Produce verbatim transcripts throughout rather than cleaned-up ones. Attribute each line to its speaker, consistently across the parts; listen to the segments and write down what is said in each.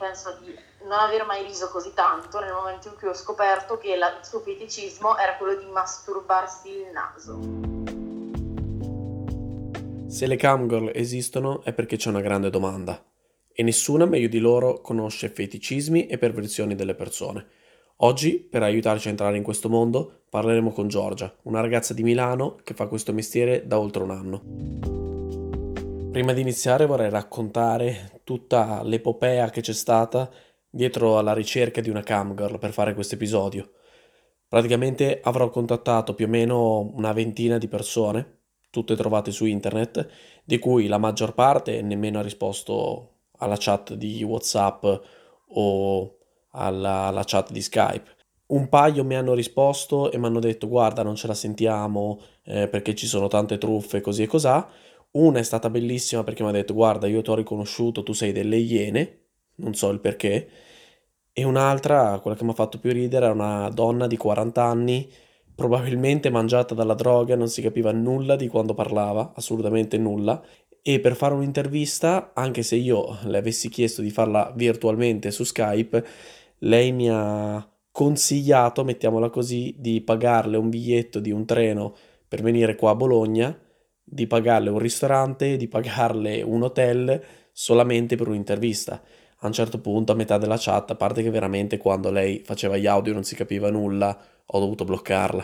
Speaker 1: penso di non aver mai riso così tanto nel momento in cui ho scoperto che la, il suo feticismo era quello di masturbarsi il naso.
Speaker 2: Se le camgirl esistono è perché c'è una grande domanda e nessuna meglio di loro conosce feticismi e perversioni delle persone. Oggi, per aiutarci a entrare in questo mondo, parleremo con Giorgia, una ragazza di Milano che fa questo mestiere da oltre un anno. Prima di iniziare vorrei raccontare tutta l'epopea che c'è stata dietro alla ricerca di una camgirl per fare questo episodio. Praticamente avrò contattato più o meno una ventina di persone, tutte trovate su internet, di cui la maggior parte nemmeno ha risposto alla chat di WhatsApp o alla, alla chat di Skype. Un paio mi hanno risposto e mi hanno detto guarda non ce la sentiamo eh, perché ci sono tante truffe così e cosà. Una è stata bellissima perché mi ha detto guarda io ti ho riconosciuto, tu sei delle Iene, non so il perché. E un'altra, quella che mi ha fatto più ridere, è una donna di quaranta anni, probabilmente mangiata dalla droga, non si capiva nulla di quando parlava, assolutamente nulla. E per fare un'intervista, anche se io le avessi chiesto di farla virtualmente su Skype, lei mi ha consigliato, mettiamola così, di pagarle un biglietto di un treno per venire qua a Bologna, di pagarle un ristorante, di pagarle un hotel solamente per un'intervista. A un certo punto, a metà della chat, a parte che veramente quando lei faceva gli audio non si capiva nulla, ho dovuto bloccarla.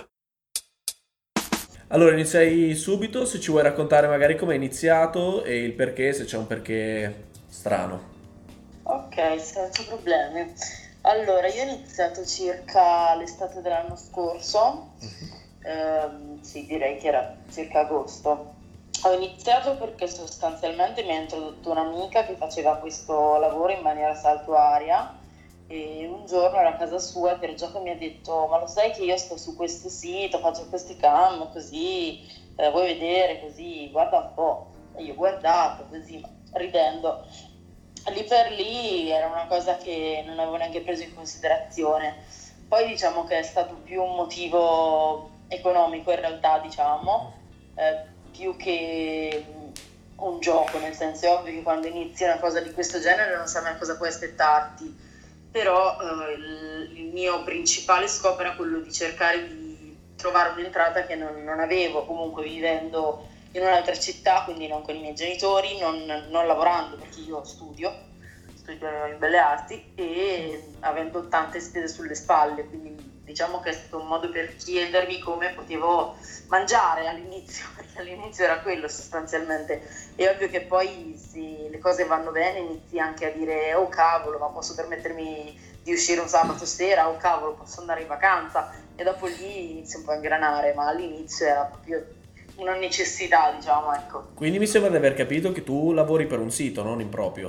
Speaker 2: Allora, inizierei subito, se ci vuoi raccontare magari come è iniziato e il perché, se c'è un perché strano.
Speaker 1: Ok, senza problemi. Allora, io ho iniziato circa l'estate dell'anno scorso, ehm, sì, direi che era circa agosto. Ho iniziato perché sostanzialmente mi ha introdotto un'amica che faceva questo lavoro in maniera saltuaria e un giorno ero a casa sua e per gioco mi ha detto ma lo sai che io sto su questo sito, faccio questi cam così, eh, vuoi vedere così, guarda un po'. E io ho guardato così, ridendo. Lì per lì era una cosa che non avevo neanche preso in considerazione. Poi diciamo che è stato più un motivo economico in realtà, diciamo, eh, più che mh, un gioco, nel senso è ovvio che quando inizi una cosa di questo genere non sai mai cosa puoi aspettarti, però eh, il, il mio principale scopo era quello di cercare di trovare un'entrata che non, non avevo, comunque vivendo in un'altra città, quindi non con i miei genitori, non, non lavorando perché io studio, studio in Belle Arti e avendo tante spese sulle spalle, quindi diciamo che è stato un modo per chiedermi come potevo mangiare all'inizio, perché all'inizio era quello sostanzialmente. È ovvio che poi se le cose vanno bene inizi anche a dire oh cavolo, ma posso permettermi di uscire un sabato sera, oh cavolo, posso andare in vacanza, e dopo lì inizia un po' a ingranare, ma all'inizio era proprio una necessità, diciamo, ecco.
Speaker 2: Quindi mi sembra di aver capito che tu lavori per un sito, non in proprio.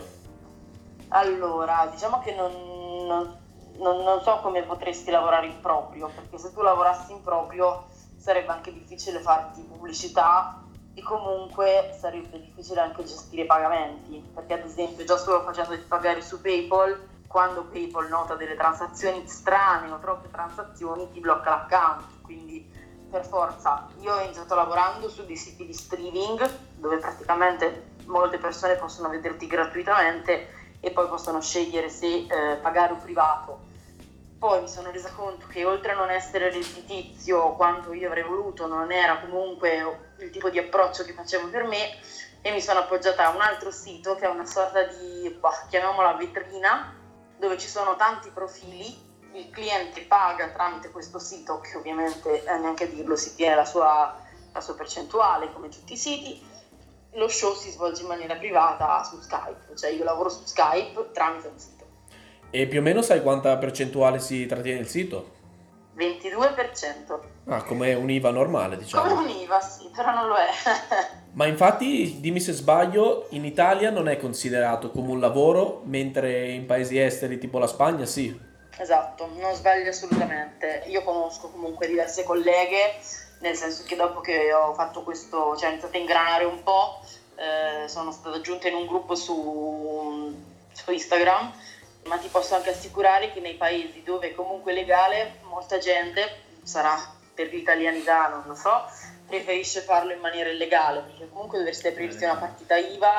Speaker 1: Allora, diciamo che non, non, non, non so come potresti lavorare in proprio, perché se tu lavorassi in proprio sarebbe anche difficile farti pubblicità e comunque sarebbe difficile anche gestire i pagamenti, perché ad esempio già solo facendoti pagare su PayPal, quando PayPal nota delle transazioni strane o troppe transazioni ti blocca l'account, quindi per forza. Io ho iniziato lavorando su dei siti di streaming dove praticamente molte persone possono vederti gratuitamente e poi possono scegliere se eh, pagare o privato. Poi mi sono resa conto che oltre a non essere redditizio quanto io avrei voluto, non era comunque il tipo di approccio che facevo per me e mi sono appoggiata a un altro sito che è una sorta di, bah, chiamiamola vetrina, dove ci sono tanti profili. Il cliente paga tramite questo sito, che ovviamente eh, neanche a dirlo si tiene la sua, la sua percentuale come tutti i siti. Lo show si svolge in maniera privata su Skype, cioè io lavoro su Skype tramite un sito.
Speaker 2: E più o meno sai quanta percentuale si trattiene il sito?
Speaker 1: ventidue per cento.
Speaker 2: Ah, come un I V A normale, diciamo.
Speaker 1: Come un I V A, sì, però non lo è.
Speaker 2: Ma infatti, dimmi se sbaglio, in Italia non è considerato come un lavoro, mentre in paesi esteri tipo la Spagna sì.
Speaker 1: Esatto, non sbaglio assolutamente. Io conosco comunque diverse colleghe, nel senso che dopo che ho fatto questo, cioè ho iniziato a ingranare un po', eh, sono stata aggiunta in un gruppo su, su Instagram, ma ti posso anche assicurare che nei paesi dove è comunque legale, molta gente, sarà per l'italianità, non lo so, preferisce farlo in maniera illegale, perché comunque dovresti aprirti una partita I V A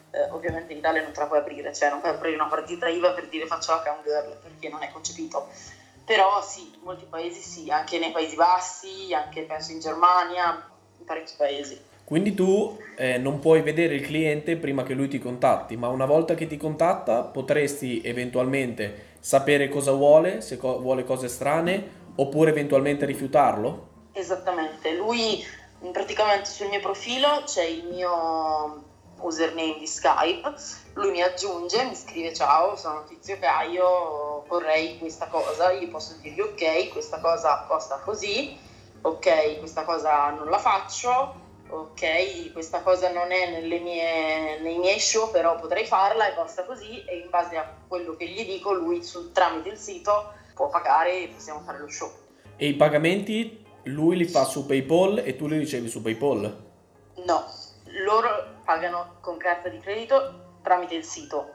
Speaker 1: eh, ovviamente in Italia non te la puoi aprire, cioè non puoi aprire una partita I V A per dire faccio la cam girl, perché non è concepito. Però sì, in molti paesi sì, anche nei Paesi Bassi, anche penso in Germania, in parecchi paesi.
Speaker 2: Quindi tu eh, non puoi vedere il cliente prima che lui ti contatti, ma una volta che ti contatta potresti eventualmente sapere cosa vuole, se co- vuole cose strane, oppure eventualmente rifiutarlo?
Speaker 1: Esattamente, lui praticamente sul mio profilo c'è il mio username di Skype, lui mi aggiunge, mi scrive ciao, sono Tizio Caio, vorrei questa cosa, io posso dirgli ok, questa cosa costa così, ok, questa cosa non la faccio, ok, questa cosa non è nelle mie, nei miei show, però potrei farla e costa così, e in base a quello che gli dico lui sul, tramite il sito può pagare e possiamo fare lo show.
Speaker 2: E i pagamenti lui li fa su PayPal e tu li ricevi su PayPal?
Speaker 1: No, loro pagano con carta di credito tramite il sito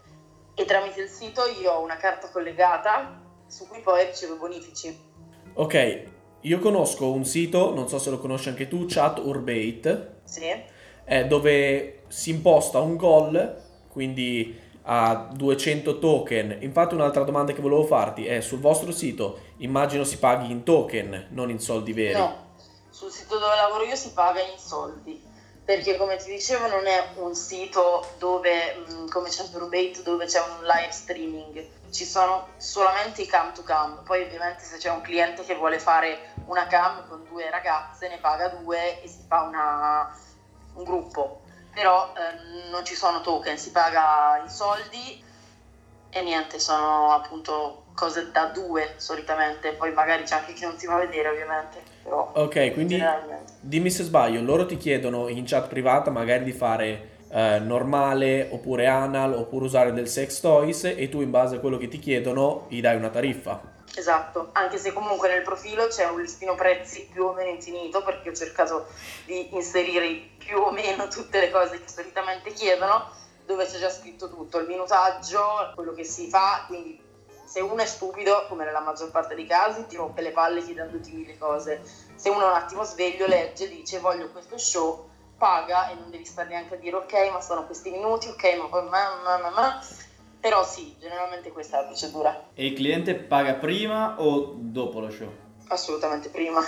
Speaker 1: e tramite il sito io ho una carta collegata su cui poi ricevo bonifici.
Speaker 2: Ok, io conosco un sito, non so se lo conosci anche tu, Chaturbate,
Speaker 1: Sì,
Speaker 2: eh, dove si imposta un goal, quindi a duecento token. Infatti un'altra domanda che volevo farti è, sul vostro sito immagino si paghi in token, non in soldi veri.
Speaker 1: no, sul sito dove lavoro io si paga in soldi, perché come ti dicevo non è un sito dove, mh, come c'è Turbate, dove c'è un live streaming, ci sono solamente i cam to cam, poi ovviamente se c'è un cliente che vuole fare una cam con due ragazze ne paga due e si fa una, un gruppo, però ehm, non ci sono token, si paga in soldi e niente, sono appunto cose da due solitamente, poi magari c'è anche chi non si va a vedere ovviamente, però
Speaker 2: Ok, quindi
Speaker 1: generalmente.
Speaker 2: dimmi se sbaglio, loro ti chiedono in chat privata magari di fare eh, normale oppure anal oppure usare del sex toys e tu in base a quello che ti chiedono gli dai una tariffa.
Speaker 1: Esatto, anche se comunque nel profilo c'è un listino prezzi più o meno infinito, perché ho cercato di inserire più o meno tutte le cose che solitamente chiedono, dove c'è già scritto tutto, il minutaggio, quello che si fa, quindi se uno è stupido, come nella maggior parte dei casi, ti rompe le palle chiedendoti mille cose. Se uno è un attimo sveglio, legge, dice voglio questo show, paga e non devi stare neanche a dire ok, ma sono questi minuti, ok, ma poi ma, ma, ma, ma. Però sì, generalmente questa è la procedura.
Speaker 3: E il cliente paga prima o dopo lo show?
Speaker 1: Assolutamente prima.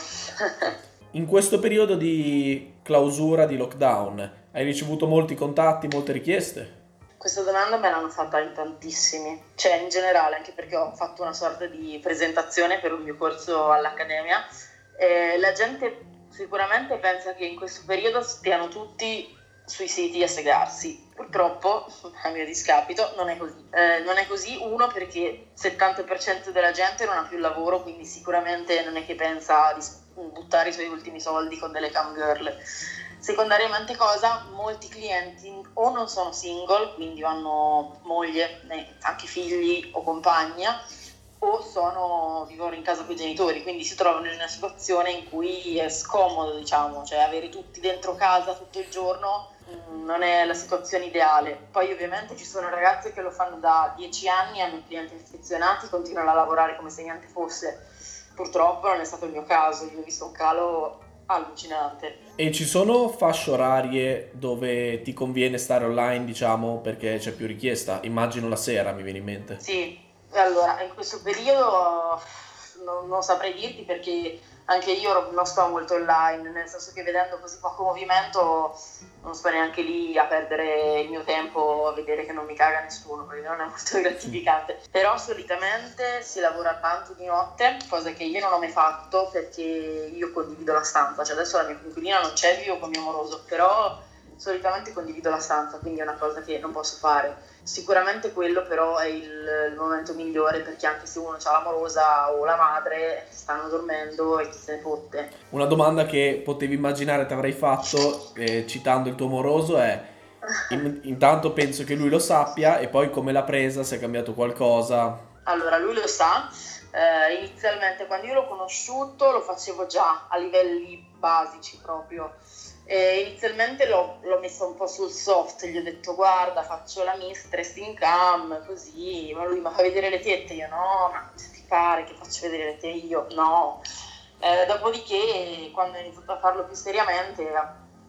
Speaker 2: In questo periodo di clausura, di lockdown, hai ricevuto molti contatti, molte richieste?
Speaker 1: Questa domanda me l'hanno fatta in tantissimi, cioè in generale, anche perché ho fatto una sorta di presentazione per un mio corso all'Accademia. Eh, la gente sicuramente pensa che in questo periodo stiano tutti sui siti a segarsi. Purtroppo, a mio discapito, non è così. Eh, non è così, uno, perché il settanta per cento della gente non ha più lavoro, quindi sicuramente non è che pensa di buttare i suoi ultimi soldi con delle cam girl. Secondariamente cosa? Molti clienti o non sono single, quindi hanno moglie, anche figli o compagna, o sono, vivono in casa con i genitori, quindi si trovano in una situazione in cui è scomodo, diciamo, cioè avere tutti dentro casa tutto il giorno mh, non è la situazione ideale. Poi ovviamente ci sono ragazze che lo fanno da dieci anni, hanno clienti affezionati, continuano a lavorare come se niente fosse. Purtroppo non è stato il mio caso, io ho visto un calo allucinante.
Speaker 2: E ci sono fasce orarie dove ti conviene stare online, diciamo, perché c'è più richiesta? Immagino la sera, mi viene in mente.
Speaker 1: Sì, allora in questo periodo non, non saprei dirti, perché anche io non sto molto online, nel senso che vedendo così poco movimento non sto neanche lì a perdere il mio tempo a vedere che non mi caga nessuno, perché non è molto gratificante. Però solitamente si lavora tanto di notte, cosa che io non ho mai fatto perché io condivido la stanza, cioè adesso la mia coinquilina non c'è, vivo con mio amoroso, però solitamente condivido la stanza, quindi è una cosa che non posso fare. Sicuramente quello però è il, il momento migliore, perché anche se uno ha l'amorosa o la madre stanno dormendo e chi se ne fotte.
Speaker 2: Una domanda che potevi immaginare ti avrei fatto, eh, citando il tuo moroso, è in- intanto penso che lui lo sappia e poi come l'ha presa, se è cambiato qualcosa.
Speaker 1: Allora, lui lo sa, eh, inizialmente quando io l'ho conosciuto lo facevo già a livelli basici proprio. E inizialmente l'ho, l'ho messa un po' sul soft, gli ho detto guarda faccio la mistress in cam, così, ma lui mi fa vedere le tette, io no, ma se ti pare che faccio vedere le tette, io no. Eh, dopodiché quando ho iniziato a farlo più seriamente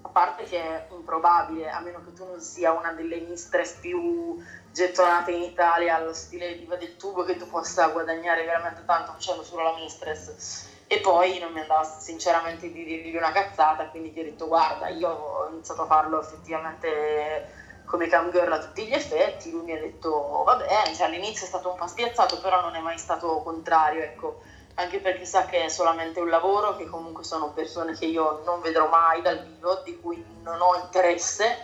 Speaker 1: a parte che è improbabile, a meno che tu non sia una delle mistress più gettonate in Italia allo stile Diva del Tubo, che tu possa guadagnare veramente tanto facendo solo la mistress. E poi non mi andava sinceramente di dirgli una cazzata, quindi gli ho detto guarda, io ho iniziato a farlo effettivamente come cam girl a tutti gli effetti. Lui mi ha detto vabbè, cioè, all'inizio è stato un po' spiazzato, però non è mai stato contrario, ecco, anche perché sa che è solamente un lavoro, che comunque sono persone che io non vedrò mai dal vivo, di cui non ho interesse,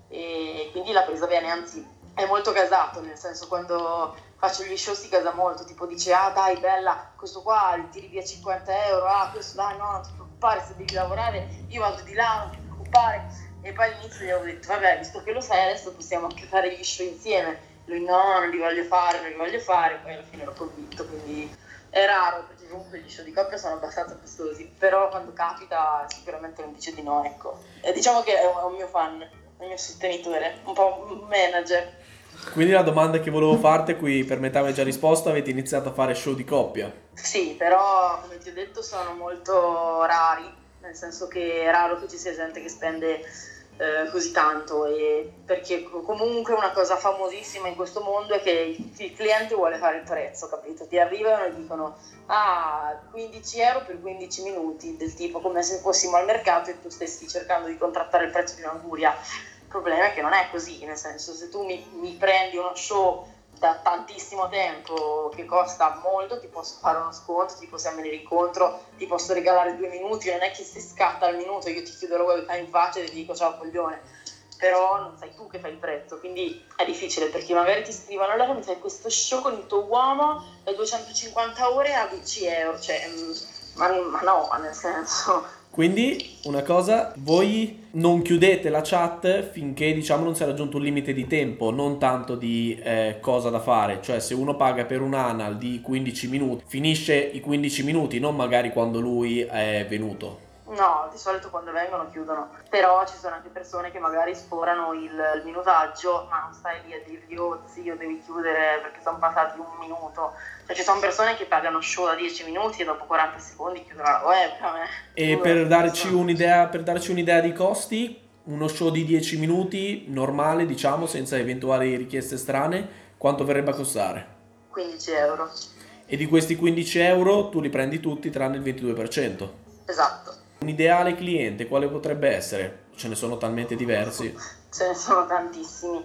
Speaker 1: e quindi l'ha presa bene, anzi è molto gasato, nel senso, quando faccio gli show si casa molto, tipo dice ah dai bella, questo qua tiri via cinquanta euro, ah questo dai no, non ti preoccupare, se devi lavorare io vado di là, non ti preoccupare. E poi all'inizio gli avevo detto vabbè, visto che lo sai adesso possiamo anche fare gli show insieme. Lui no, non li voglio fare, non li voglio fare, poi alla fine l'ho convinto, quindi è raro perché comunque gli show di coppia sono abbastanza costosi, però quando capita sicuramente non dice di no, ecco. E diciamo che è un, è un mio fan, è un mio sostenitore, un po' un manager.
Speaker 2: Quindi la domanda che volevo farti, qui per metà avevi già risposto, avete iniziato a fare show di coppia?
Speaker 1: Sì, però come ti ho detto sono molto rari, nel senso che è raro che ci sia gente che spende eh, così tanto, e perché comunque una cosa famosissima in questo mondo è che il, il cliente vuole fare il prezzo, capito? Ti arrivano e dicono ah, quindici euro per quindici minuti, del tipo come se fossimo al mercato e tu stessi cercando di contrattare il prezzo di un'anguria. Il problema è che non è così, nel senso, se tu mi, mi prendi uno show da tantissimo tempo che costa molto, ti posso fare uno sconto, ti possiamo venire incontro, ti posso regalare due minuti, non è che se scatta al minuto io ti chiudo la webcam in faccia e ti dico ciao coglione, però non sei tu che fai il prezzo, quindi è difficile, perché magari ti scrivono allora mi fai questo show con il tuo uomo da duecentocinquanta ore a dieci euro, cioè ma, ma no, nel senso.
Speaker 2: Quindi una cosa, voi non chiudete la chat finché diciamo non si è raggiunto un limite di tempo, non tanto di eh, cosa da fare, cioè se uno paga per un anal di quindici minuti, finisce i quindici minuti, non magari quando lui è venuto.
Speaker 1: No, di solito quando vengono chiudono, però ci sono anche persone che magari sforano il, il minutaggio, ma non stai lì a dirgli oh zio devi chiudere perché sono passati un minuto, cioè ci sono persone che pagano show da dieci minuti e dopo quaranta secondi chiudono la webcam.
Speaker 2: E per darci un'idea, per darci un'idea di costi, uno show di dieci minuti normale, diciamo, senza eventuali richieste strane, quanto verrebbe a costare?
Speaker 1: quindici euro.
Speaker 2: E di questi quindici euro tu li prendi tutti tranne il ventidue per cento.
Speaker 1: Esatto.
Speaker 2: Un ideale cliente quale potrebbe essere? Ce ne sono talmente diversi.
Speaker 1: Ce ne sono tantissimi.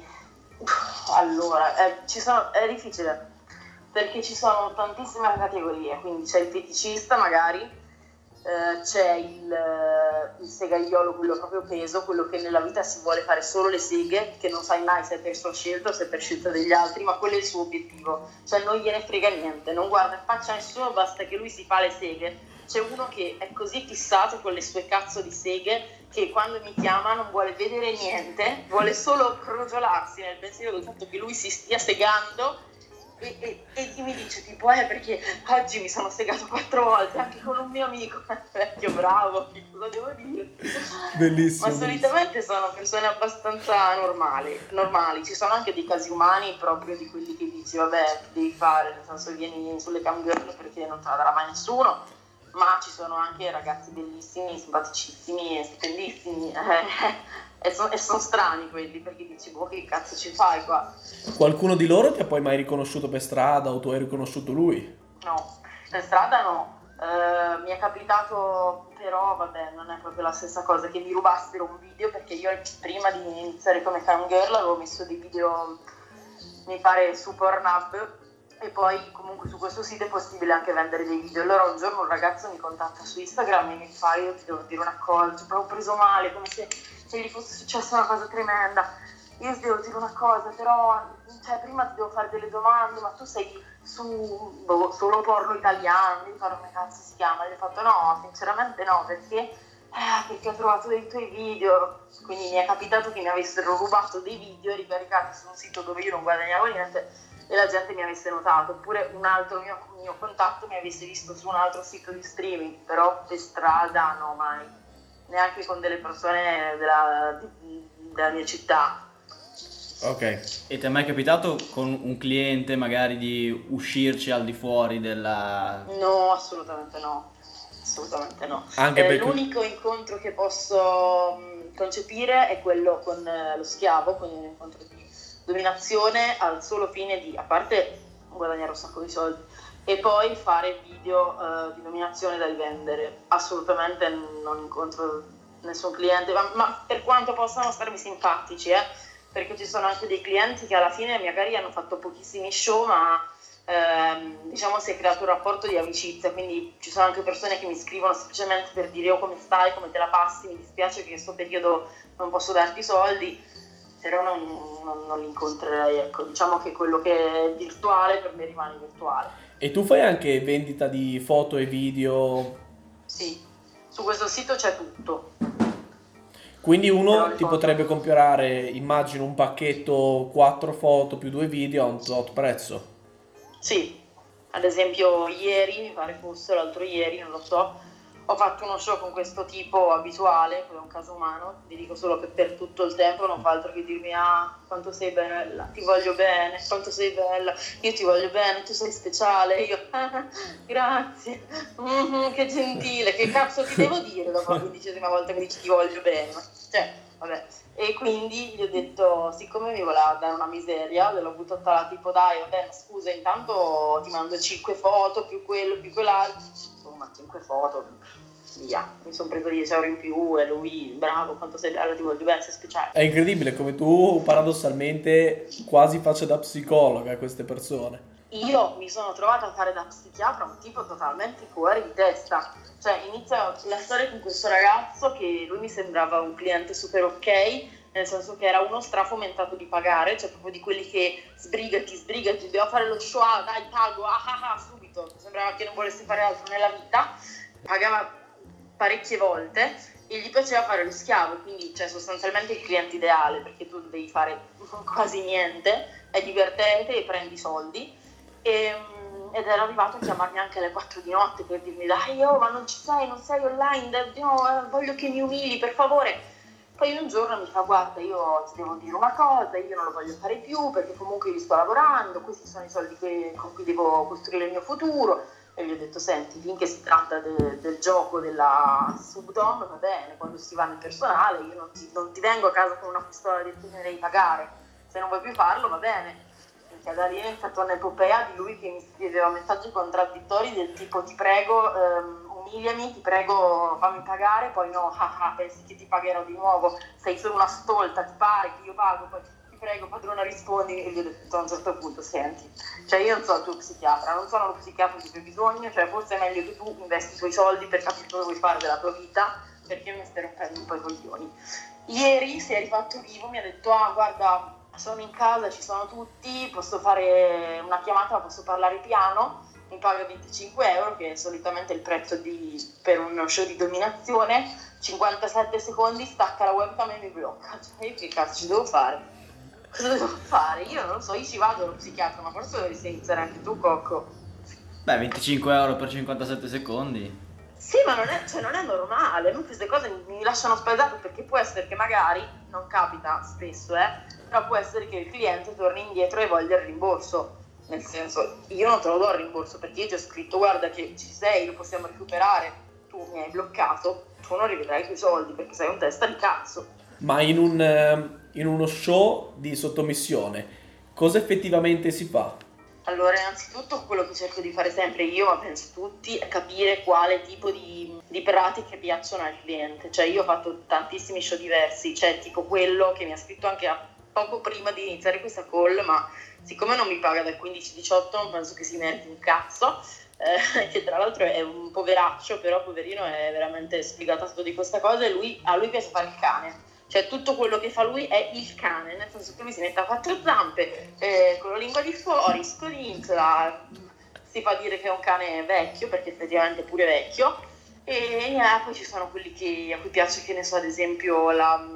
Speaker 1: Allora, eh, ci sono, è difficile perché ci sono tantissime categorie, quindi c'è il feticista magari, eh, c'è il, il segaiolo, quello proprio peso, quello che nella vita si vuole fare solo le seghe, che non sai mai se è per sua scelta o se è per scelta degli altri, ma quello è il suo obiettivo, cioè non gliene frega niente, non guarda in faccia a nessuno, basta che lui si fa le seghe. C'è uno che è così fissato con le sue cazzo di seghe che quando mi chiama non vuole vedere niente, vuole solo crogiolarsi nel pensiero del fatto che lui si stia segando e, e, e mi dice tipo eh perché oggi mi sono segato quattro volte anche con un mio amico. Vecchio bravo, che cosa devo dire?
Speaker 2: Bellissimo.
Speaker 1: Ma solitamente sono persone abbastanza normali, normali, ci sono anche dei casi umani proprio di quelli che dici vabbè devi fare, nel senso vieni sulle cam girl perché non te la darà mai nessuno. Ma ci sono anche ragazzi bellissimi, simpaticissimi e stupendissimi eh, e, so, e sono strani quelli perché dici boh che cazzo ci fai qua?
Speaker 2: Qualcuno di loro ti ha poi mai riconosciuto per strada o tu hai riconosciuto lui?
Speaker 1: No, per strada no, eh, mi è capitato però vabbè non è proprio la stessa cosa che mi rubassero un video, perché io prima di iniziare come cam girl avevo messo dei video mi pare su Pornhub e poi comunque su questo sito è possibile anche vendere dei video. Allora un giorno un ragazzo mi contatta su Instagram e mi fa io ti devo dire una cosa, cioè, proprio preso male, come se, se gli fosse successa una cosa tremenda. Io ti devo dire una cosa, però cioè, prima ti devo fare delle domande, ma tu sei su boh, solo porno italiano, devi fare come cazzo si chiama? Gli ho fatto no, sinceramente no, perché eh, perché ho trovato dei tuoi video, quindi mi è capitato che mi avessero rubato dei video e ricaricati su un sito dove io non guadagnavo niente e la gente mi avesse notato, oppure un altro mio, mio contatto mi avesse visto su un altro sito di streaming, però per strada no mai, neanche con delle persone della, di, della mia città.
Speaker 2: Ok.
Speaker 3: E ti è mai capitato con un cliente magari di uscirci al di fuori della...
Speaker 1: No, assolutamente no, assolutamente no.
Speaker 2: Anche
Speaker 1: eh,
Speaker 2: perché...
Speaker 1: L'unico incontro che posso, concepire è quello con eh, lo schiavo, con l'incontro di dominazione al solo fine di, a parte guadagnare un sacco di soldi, e poi fare video eh, di dominazione da rivendere. Assolutamente non incontro nessun cliente, ma, ma per quanto possano starmi simpatici, eh, perché ci sono anche dei clienti che alla fine magari hanno fatto pochissimi show, ma ehm, diciamo si è creato un rapporto di amicizia, quindi ci sono anche persone che mi scrivono semplicemente per dire oh come stai, come te la passi, mi dispiace che in questo periodo non posso darti soldi, però non, non, non li incontrerei, ecco. Diciamo che quello che è virtuale per me rimane virtuale.
Speaker 2: E tu fai anche vendita di foto e video?
Speaker 1: Sì, su questo sito c'è tutto.
Speaker 2: Quindi
Speaker 1: Però
Speaker 2: uno
Speaker 1: le
Speaker 2: ti
Speaker 1: foto-
Speaker 2: potrebbe comprare, immagino, un pacchetto quattro foto più due video a un tot prezzo.
Speaker 1: Sì, ad esempio ieri, mi pare fosse l'altro ieri, non lo so, ho fatto uno show con questo tipo abituale, quello è un caso umano, ti dico solo che per tutto il tempo non fa altro che dirmi ah, quanto sei bella, ti voglio bene, quanto sei bella, io ti voglio bene, tu sei speciale, io ah, grazie, mhm, che gentile, che cazzo ti devo dire dopo la quindicesima volta che dici ti voglio bene, ma, cioè, vabbè. E quindi gli ho detto, siccome mi voleva dare una miseria, gliel'ho buttata là tipo dai, vabbè, scusa, intanto ti mando cinque foto, più quello, più quell'altro, insomma, cinque foto, via. Mi sono preso dieci euro in più e lui, bravo, quanto sei bella, ti voglio bene, sei speciale.
Speaker 2: È incredibile come tu, paradossalmente, quasi faccia da psicologa a queste persone.
Speaker 1: Io mi sono trovata a fare da psichiatra un tipo totalmente fuori di testa. Cioè, inizia la storia con questo ragazzo che lui mi sembrava un cliente super ok, nel senso che era uno strafomentato di pagare, cioè proprio di quelli che sbrigati, sbrigati, dobbiamo fare lo show, ah, dai, pago, ah ah ah, subito. Sembrava che non volesse fare altro nella vita. Pagava parecchie volte e gli piaceva fare lo schiavo, quindi cioè, sostanzialmente il cliente ideale, perché tu non devi fare quasi niente, è divertente e prendi soldi. E, ed era arrivato a chiamarmi anche alle quattro di notte per dirmi dai oh ma non ci sei, non sei online, no, eh, voglio che mi umili per favore. Poi un giorno mi fa guarda io ti devo dire una cosa, io non lo voglio fare più perché comunque io sto lavorando, questi sono i soldi che, con cui devo costruire il mio futuro. E gli ho detto senti, finché si tratta de, del gioco della subdom va bene, quando si va nel personale io non ti, non ti vengo a casa con una pistola e ti devi pagare, se non vuoi più farlo va bene. Da lì è iniziata un'epopea di lui che mi scriveva messaggi contraddittori del tipo ti prego ehm, umiliami, ti prego fammi pagare, poi no, ah, ah, pensi che ti pagherò di nuovo, sei solo una stolta, ti pare che io pago, poi ti prego padrona rispondi. E gli ho detto a un certo punto senti, cioè io non sono il tuo psichiatra, non sono lo psichiatra di cui hai bisogno, cioè forse è meglio che tu investi i tuoi soldi per capire cosa vuoi fare della tua vita, perché io mi stai rompendo un po' i coglioni. Ieri si è rifatto vivo, mi ha detto ah guarda sono in casa, ci sono tutti, posso fare una chiamata, posso parlare piano, mi paga venticinque euro che è solitamente il prezzo di, per uno show di dominazione, cinquantasette secondi, stacca la webcam e mi blocca. Cioè io che cazzo ci devo fare? Cosa devo fare? Io non lo so, io ci vado allo psichiatra, ma forse dovresti iniziare anche tu, Cocco.
Speaker 3: Beh, venticinque euro per cinquantasette secondi.
Speaker 1: Sì, ma non è, cioè, non è normale, a me queste cose mi, mi lasciano spaesato perché può essere che magari, non capita spesso, eh, però può essere che il cliente torni indietro e voglia il rimborso, nel senso io non te lo do il rimborso perché io ti ho scritto guarda che ci sei, lo possiamo recuperare, tu mi hai bloccato, tu non rivedrai i tuoi soldi perché sei un testa di cazzo.
Speaker 2: Ma in, un, eh, in uno show di sottomissione, cosa effettivamente si fa?
Speaker 1: Allora, innanzitutto quello che cerco di fare sempre io, ma penso tutti, è capire quale tipo di, di pratiche piacciono al cliente. Cioè io ho fatto tantissimi show diversi, c'è tipo quello che mi ha scritto anche a poco prima di iniziare questa call, ma siccome non mi paga dal quindici diciotto non penso che si meriti un cazzo, eh, che tra l'altro è un poveraccio, però poverino è veramente sfigatato di questa cosa e lui, a lui piace fare il cane. Cioè tutto quello che fa lui è il cane, nel senso che lui si mette a quattro zampe, eh, con la lingua di fuori, scodinzola, si fa dire che è un cane vecchio, perché effettivamente è pure vecchio, e eh, poi ci sono quelli che, a cui piace, che ne so, ad esempio, la,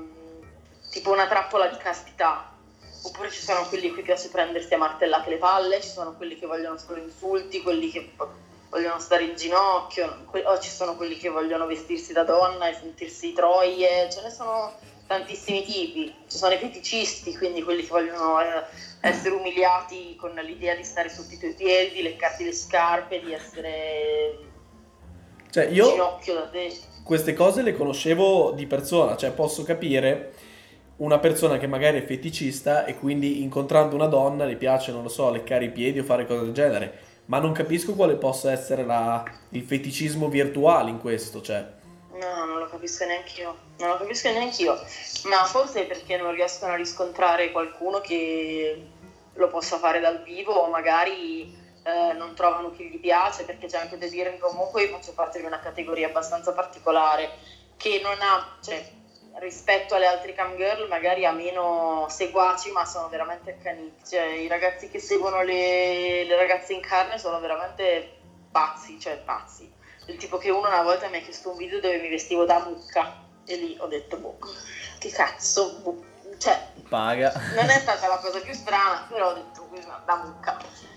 Speaker 1: tipo una trappola di castità, oppure ci sono quelli a cui piace prendersi a martellate le palle, ci sono quelli che vogliono solo insulti, quelli che vogliono stare in ginocchio, o ci sono quelli che vogliono vestirsi da donna e sentirsi troie, ce ne sono tantissimi tipi. Ci sono i feticisti, quindi quelli che vogliono eh, essere umiliati con l'idea di stare sotto i tuoi piedi, di leccarti le scarpe, di essere
Speaker 2: Cioè
Speaker 1: un
Speaker 2: io
Speaker 1: ginocchio da te.
Speaker 2: queste cose le conoscevo di persona, cioè posso capire una persona che magari è feticista e quindi incontrando una donna le piace, non lo so, leccare i piedi o fare cose del genere, ma non capisco quale possa essere la- il feticismo virtuale in questo, cioè.
Speaker 1: No, non lo capisco neanche io, non lo capisco neanche io, ma forse è perché non riescono a riscontrare qualcuno che lo possa fare dal vivo o magari eh, non trovano chi gli piace, perché c'è anche da dire che comunque io faccio parte di una categoria abbastanza particolare che non ha, cioè, rispetto alle altre cam girl magari ha meno seguaci, ma sono veramente accaniti, cioè i ragazzi che seguono le, le ragazze in carne sono veramente pazzi, cioè pazzi. Il tipo che uno una volta mi ha chiesto un video dove mi vestivo da mucca e lì ho detto boh, che cazzo, boh. Cioè
Speaker 3: Paga.
Speaker 1: non è stata la cosa più strana, però ho detto da mucca.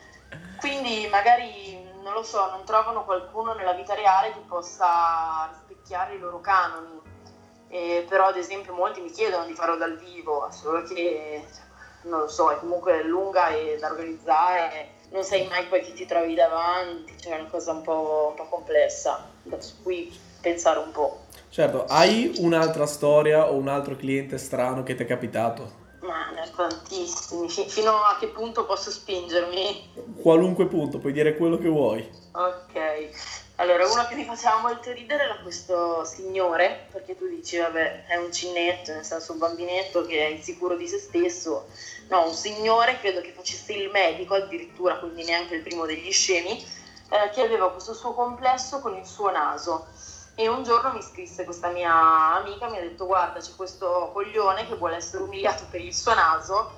Speaker 1: Quindi magari, non lo so, non trovano qualcuno nella vita reale che possa rispecchiare i loro canoni. Eh, però ad esempio molti mi chiedono di farlo dal vivo, solo che non lo so, è comunque lunga e da organizzare, non sai mai poi chi ti trovi davanti, cioè è una cosa un po', un po' complessa, da su cui pensare un po'.
Speaker 2: Certo, hai un'altra storia o un altro cliente strano che ti è capitato?
Speaker 1: Ma ne ho tantissimi, Fi- fino a che punto posso spingermi?
Speaker 2: Qualunque punto, puoi dire quello che vuoi.
Speaker 1: Ok, allora uno che mi faceva molto ridere era questo signore, perché tu dici vabbè è un cinnetto, nel senso un bambinetto che è insicuro di se stesso, no, un signore credo che facesse il medico addirittura, quindi neanche il primo degli scemi, eh, che aveva questo suo complesso con il suo naso. E un giorno mi scrisse questa mia amica, mi ha detto guarda c'è questo coglione che vuole essere umiliato per il suo naso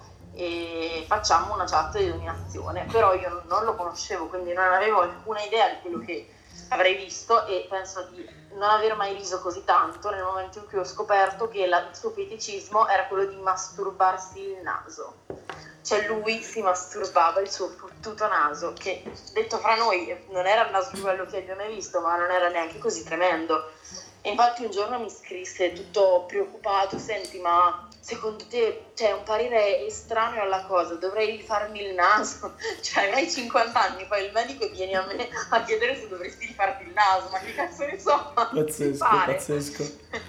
Speaker 1: e facciamo una chat di dominazione, però io non, non lo conoscevo, quindi non avevo alcuna idea di quello che avrei visto e penso di non aver mai riso così tanto nel momento in cui ho scoperto che la, il suo feticismo era quello di masturbarsi il naso. Cioè lui si masturbava il suo fottuto naso, che detto fra noi non era il naso più bello che abbia mai visto, ma non era neanche così tremendo. E infatti un giorno mi scrisse tutto preoccupato, senti ma secondo te c'è un parere estraneo alla cosa, dovrei rifarmi il naso? Cioè avrai cinquanta anni, poi il medico viene a me a chiedere se dovresti rifarti il naso, ma che cazzo ne so?
Speaker 2: Pazzesco,
Speaker 1: Pare.
Speaker 2: pazzesco.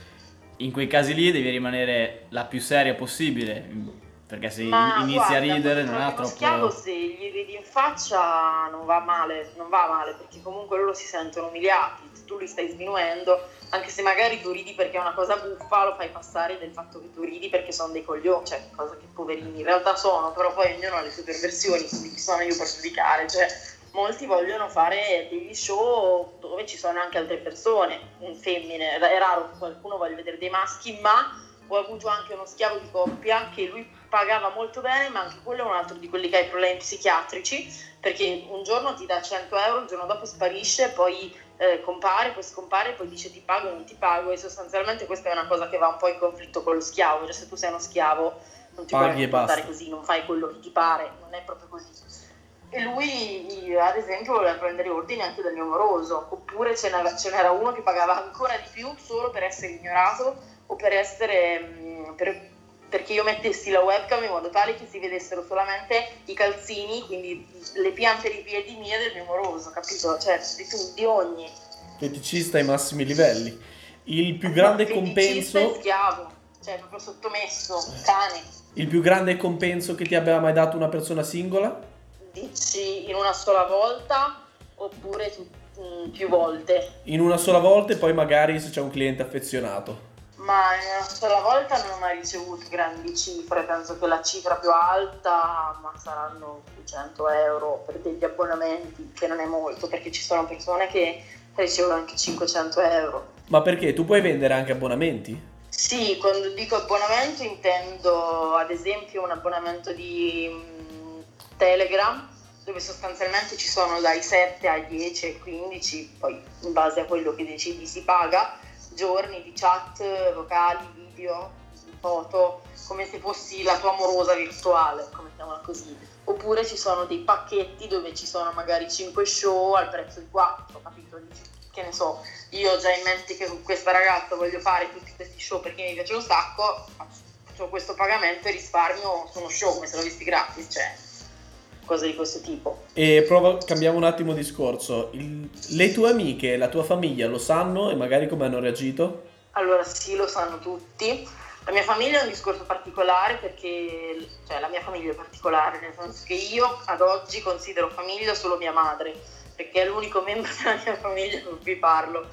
Speaker 3: In quei casi lì devi rimanere la più seria possibile, perché se
Speaker 1: Ma
Speaker 3: inizi
Speaker 1: guarda,
Speaker 3: a ridere non
Speaker 1: proprio
Speaker 3: ha
Speaker 1: uno schiavo
Speaker 3: troppo...
Speaker 1: se gli ridi in faccia non va male, non va male perché comunque loro si sentono umiliati, tu li stai sminuendo, anche se magari tu ridi perché è una cosa buffa, lo fai passare del fatto che tu ridi perché sono dei coglioni, cioè cosa che poverini in realtà sono, però poi ognuno ha le sue perversioni, quindi chi sono io per giudicare, cioè molti vogliono fare degli show dove ci sono anche altre persone, femmine, è raro che qualcuno voglia vedere dei maschi, ma ho avuto anche uno schiavo di coppia che lui pagava molto bene, ma anche quello è un altro di quelli che ha i problemi psichiatrici, perché un giorno ti dà cento euro, il giorno dopo sparisce, poi eh, compare, poi scompare, poi dice ti pago, non ti pago, e sostanzialmente questa è una cosa che va un po' in conflitto con lo schiavo, cioè se tu sei uno schiavo non ti
Speaker 2: Paghi
Speaker 1: puoi
Speaker 2: e
Speaker 1: comportare
Speaker 2: basta.
Speaker 1: così, non fai quello che ti pare, non è proprio così. E lui ad esempio voleva prendere ordini anche dal mio moroso, oppure ce n'era, ce n'era uno che pagava ancora di più solo per essere ignorato o per essere mh, per, perché io mettessi la webcam in modo tale che si vedessero solamente i calzini, quindi le piante dei piedi mie del mio moroso, capito? Cioè di, tu, di ogni
Speaker 2: Feticista ai massimi livelli. Il più
Speaker 1: no,
Speaker 2: grande
Speaker 1: feticista e
Speaker 2: compenso,
Speaker 1: schiavo, cioè proprio sottomesso, cane.
Speaker 2: il più grande compenso che ti abbia mai dato una persona singola?
Speaker 1: Dici in una sola volta oppure tu, mh, più volte?
Speaker 2: In una sola volta e poi magari se c'è un cliente affezionato.
Speaker 1: Ma in una sola volta non ho mai ricevuto grandi cifre, penso che la cifra più alta ma saranno duecento euro per degli abbonamenti, che non è molto, perché ci sono persone che ricevono anche cinquecento euro.
Speaker 2: Ma perché? Tu puoi vendere anche abbonamenti?
Speaker 1: Sì, quando dico abbonamento intendo ad esempio un abbonamento di mh, Telegram, dove sostanzialmente ci sono dai sette ai dieci ai quindici, poi in base a quello che decidi si paga, giorni di chat, vocali, video, foto, come se fossi la tua amorosa virtuale, come chiamala così. Oppure ci sono dei pacchetti dove ci sono magari cinque show al prezzo di quattro, capito? Dici, che ne so, io ho già in mente che con questa ragazza voglio fare tutti questi show perché mi piace un sacco, faccio questo pagamento e risparmio su uno show come se l'avessi gratis, cioè cose di questo tipo.
Speaker 2: E prova, cambiamo un attimo discorso. Il- le tue amiche, la tua famiglia lo sanno e magari come hanno reagito?
Speaker 1: Allora sì, lo sanno tutti. La mia famiglia è un discorso particolare perché, cioè la mia famiglia è particolare, nel senso che io ad oggi considero famiglia solo mia madre, perché è l'unico membro della mia famiglia con cui parlo.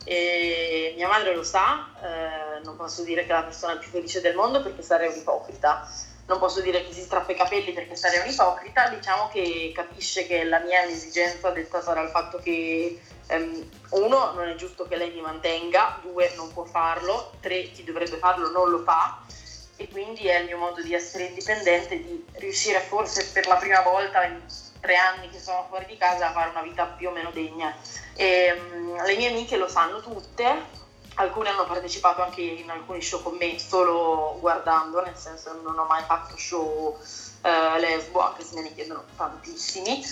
Speaker 1: E mia madre lo sa, eh, non posso dire che è la persona più felice del mondo perché sarei un'ipocrita, non posso dire che si strappa i capelli perché sarei un'ipocrita, diciamo che capisce che la mia è un'esigenza dettata dal fatto che um, uno, non è giusto che lei mi mantenga, due, non può farlo, tre, chi dovrebbe farlo non lo fa, e quindi è il mio modo di essere indipendente, di riuscire forse per la prima volta in tre anni che sono fuori di casa a fare una vita più o meno degna. E, um, le mie amiche lo sanno tutte. Alcune hanno partecipato anche in alcuni show con me solo guardando, nel senso non ho mai fatto show eh, lesbo, anche se me ne chiedono tantissimi,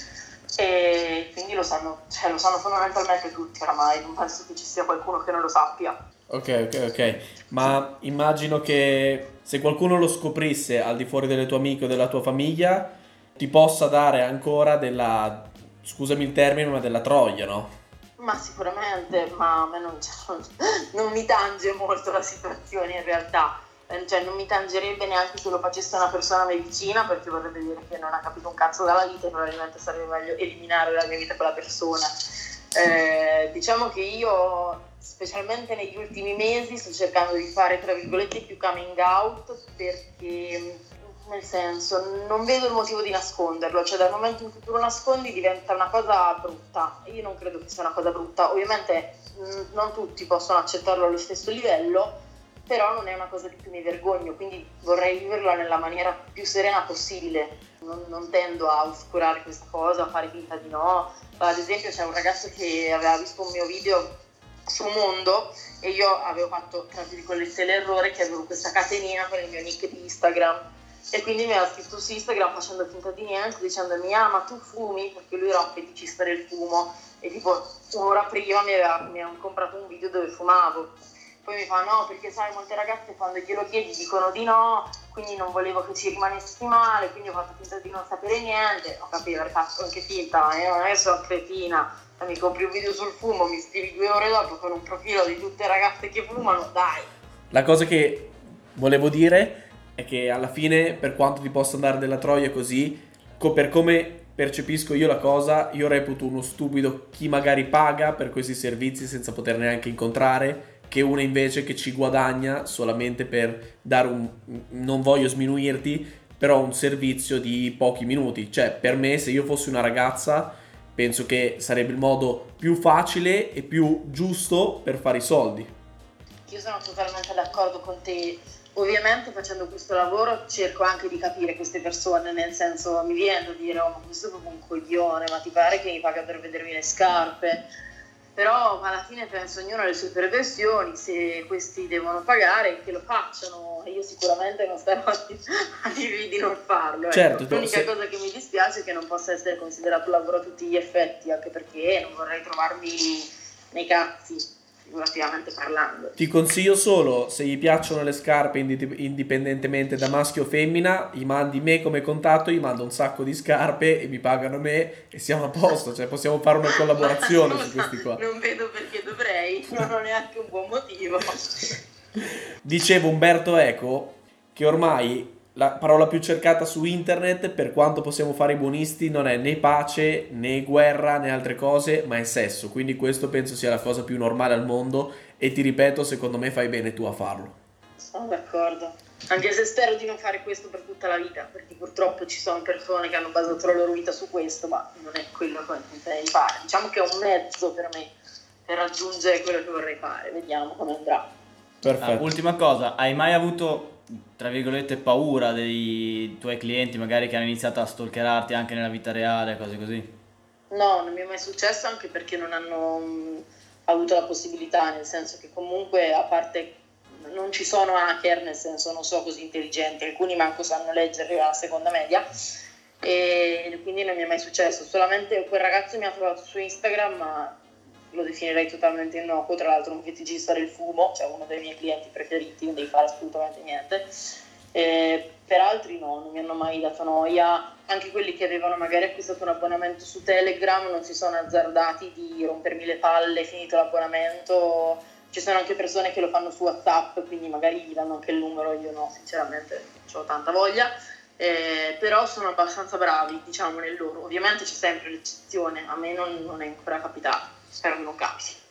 Speaker 1: e quindi lo sanno, cioè lo sanno fondamentalmente tutti oramai, non penso che ci sia qualcuno che non lo sappia.
Speaker 2: Ok, ok, ok. Ma immagino che se qualcuno lo scoprisse al di fuori delle tue amiche o della tua famiglia, ti possa dare ancora della, scusami il termine, ma della troia, no?
Speaker 1: Ma sicuramente, ma a me non, cioè, non mi tange molto la situazione in realtà, Eh, cioè non mi tangerebbe neanche se lo facesse una persona a me vicina, perché vorrebbe dire che non ha capito un cazzo dalla vita e probabilmente sarebbe meglio eliminare dalla mia vita quella persona. Eh, diciamo che io, specialmente negli ultimi mesi, sto cercando di fare tra virgolette più coming out, perché nel senso non vedo il motivo di nasconderlo, cioè dal momento in cui tu lo nascondi diventa una cosa brutta. Io non credo che sia una cosa brutta, ovviamente mh, non tutti possono accettarlo allo stesso livello, però non è una cosa di cui mi vergogno, quindi vorrei viverla nella maniera più serena possibile. Non, non tendo a oscurare questa cosa, a fare finta di no. Ad esempio c'è un ragazzo che aveva visto un mio video su Mondo e io avevo fatto, tra virgolette, l'errore che avevo questa catenina con il mio nick di Instagram, e quindi mi aveva scritto su Instagram facendo finta di niente, dicendomi ah ma tu fumi, perché lui era un feticista del fumo e tipo un'ora prima mi aveva, mi aveva comprato un video dove fumavo. Poi mi fa no, perché sai molte ragazze quando glielo chiedi dicono di no, quindi non volevo che ci rimanessi male, quindi ho fatto finta di non sapere niente. Ho capito, avrei fatto anche finta, ma io non è sono cretina, mi compri un video sul fumo, mi scrivi due ore dopo con un profilo di tutte ragazze che fumano, dai.
Speaker 2: La cosa che volevo dire è che alla fine, per quanto ti possa andare della troia così, co- per come percepisco io la cosa, io reputo uno stupido chi magari paga per questi servizi senza poter neanche incontrare, che una invece che ci guadagna solamente per dare un, non voglio sminuirti, però un servizio di pochi minuti. Cioè, per me, se io fossi una ragazza, penso che sarebbe il modo più facile e più giusto per fare i soldi.
Speaker 1: Io sono totalmente d'accordo con te. Ovviamente facendo questo lavoro cerco anche di capire queste persone, nel senso mi viene da dire oh ma questo è proprio un coglione, ma ti pare che mi paga per vedermi le scarpe? Però alla fine penso ognuno ha le sue perversioni, se questi devono pagare che lo facciano, e io sicuramente non starò a dirvi di non farlo. Ecco.
Speaker 2: Certo,
Speaker 1: L'unica
Speaker 2: se...
Speaker 1: cosa che mi dispiace è che non possa essere considerato un lavoro a tutti gli effetti, anche perché non vorrei trovarmi nei cazzi, figurativamente parlando.
Speaker 2: Ti consiglio solo, se gli piacciono le scarpe indi- indipendentemente da maschio o femmina, gli mandi me come contatto, gli mando un sacco di scarpe e mi pagano me e siamo a posto, cioè possiamo fare una collaborazione
Speaker 1: Ma,
Speaker 2: su questi qua.
Speaker 1: Non vedo perché dovrei, non ho neanche un buon motivo.
Speaker 2: Dicevo Umberto Eco che ormai la parola più cercata su internet, per quanto possiamo fare i buonisti, non è né pace, né guerra, né altre cose, ma è sesso. Quindi questo penso sia la cosa più normale al mondo e ti ripeto, secondo me fai bene tu a farlo.
Speaker 1: Sono d'accordo. Anche se spero di non fare questo per tutta la vita, perché purtroppo ci sono persone che hanno basato la loro vita su questo, ma non è quello che vorrei fare. Diciamo che è un mezzo per me per raggiungere quello che vorrei fare. Vediamo come andrà.
Speaker 2: Perfetto.
Speaker 3: Ah, ultima cosa, hai mai avuto, tra virgolette, paura dei tuoi clienti magari che hanno iniziato a stalkerarti anche nella vita reale, cose così?
Speaker 1: No, non mi è mai successo, anche perché non hanno mh, avuto la possibilità, nel senso che comunque a parte non ci sono hacker, nel senso non sono così intelligenti, alcuni manco sanno leggere alla seconda media, e quindi non mi è mai successo. Solamente quel ragazzo mi ha trovato su Instagram, ma lo definirei totalmente innocuo, tra l'altro un feticista del fumo, cioè uno dei miei clienti preferiti, non devi fare assolutamente niente, Eh, per altri no, non mi hanno mai dato noia. Anche quelli che avevano magari acquistato un abbonamento su Telegram non si sono azzardati di rompermi le palle finito l'abbonamento. Ci sono anche persone che lo fanno su WhatsApp, quindi magari gli danno anche il numero, io no, sinceramente ho tanta voglia. Eh, però sono abbastanza bravi, diciamo, nel loro. Ovviamente c'è sempre l'eccezione, a me non, non è ancora capitato, spero che non capiti.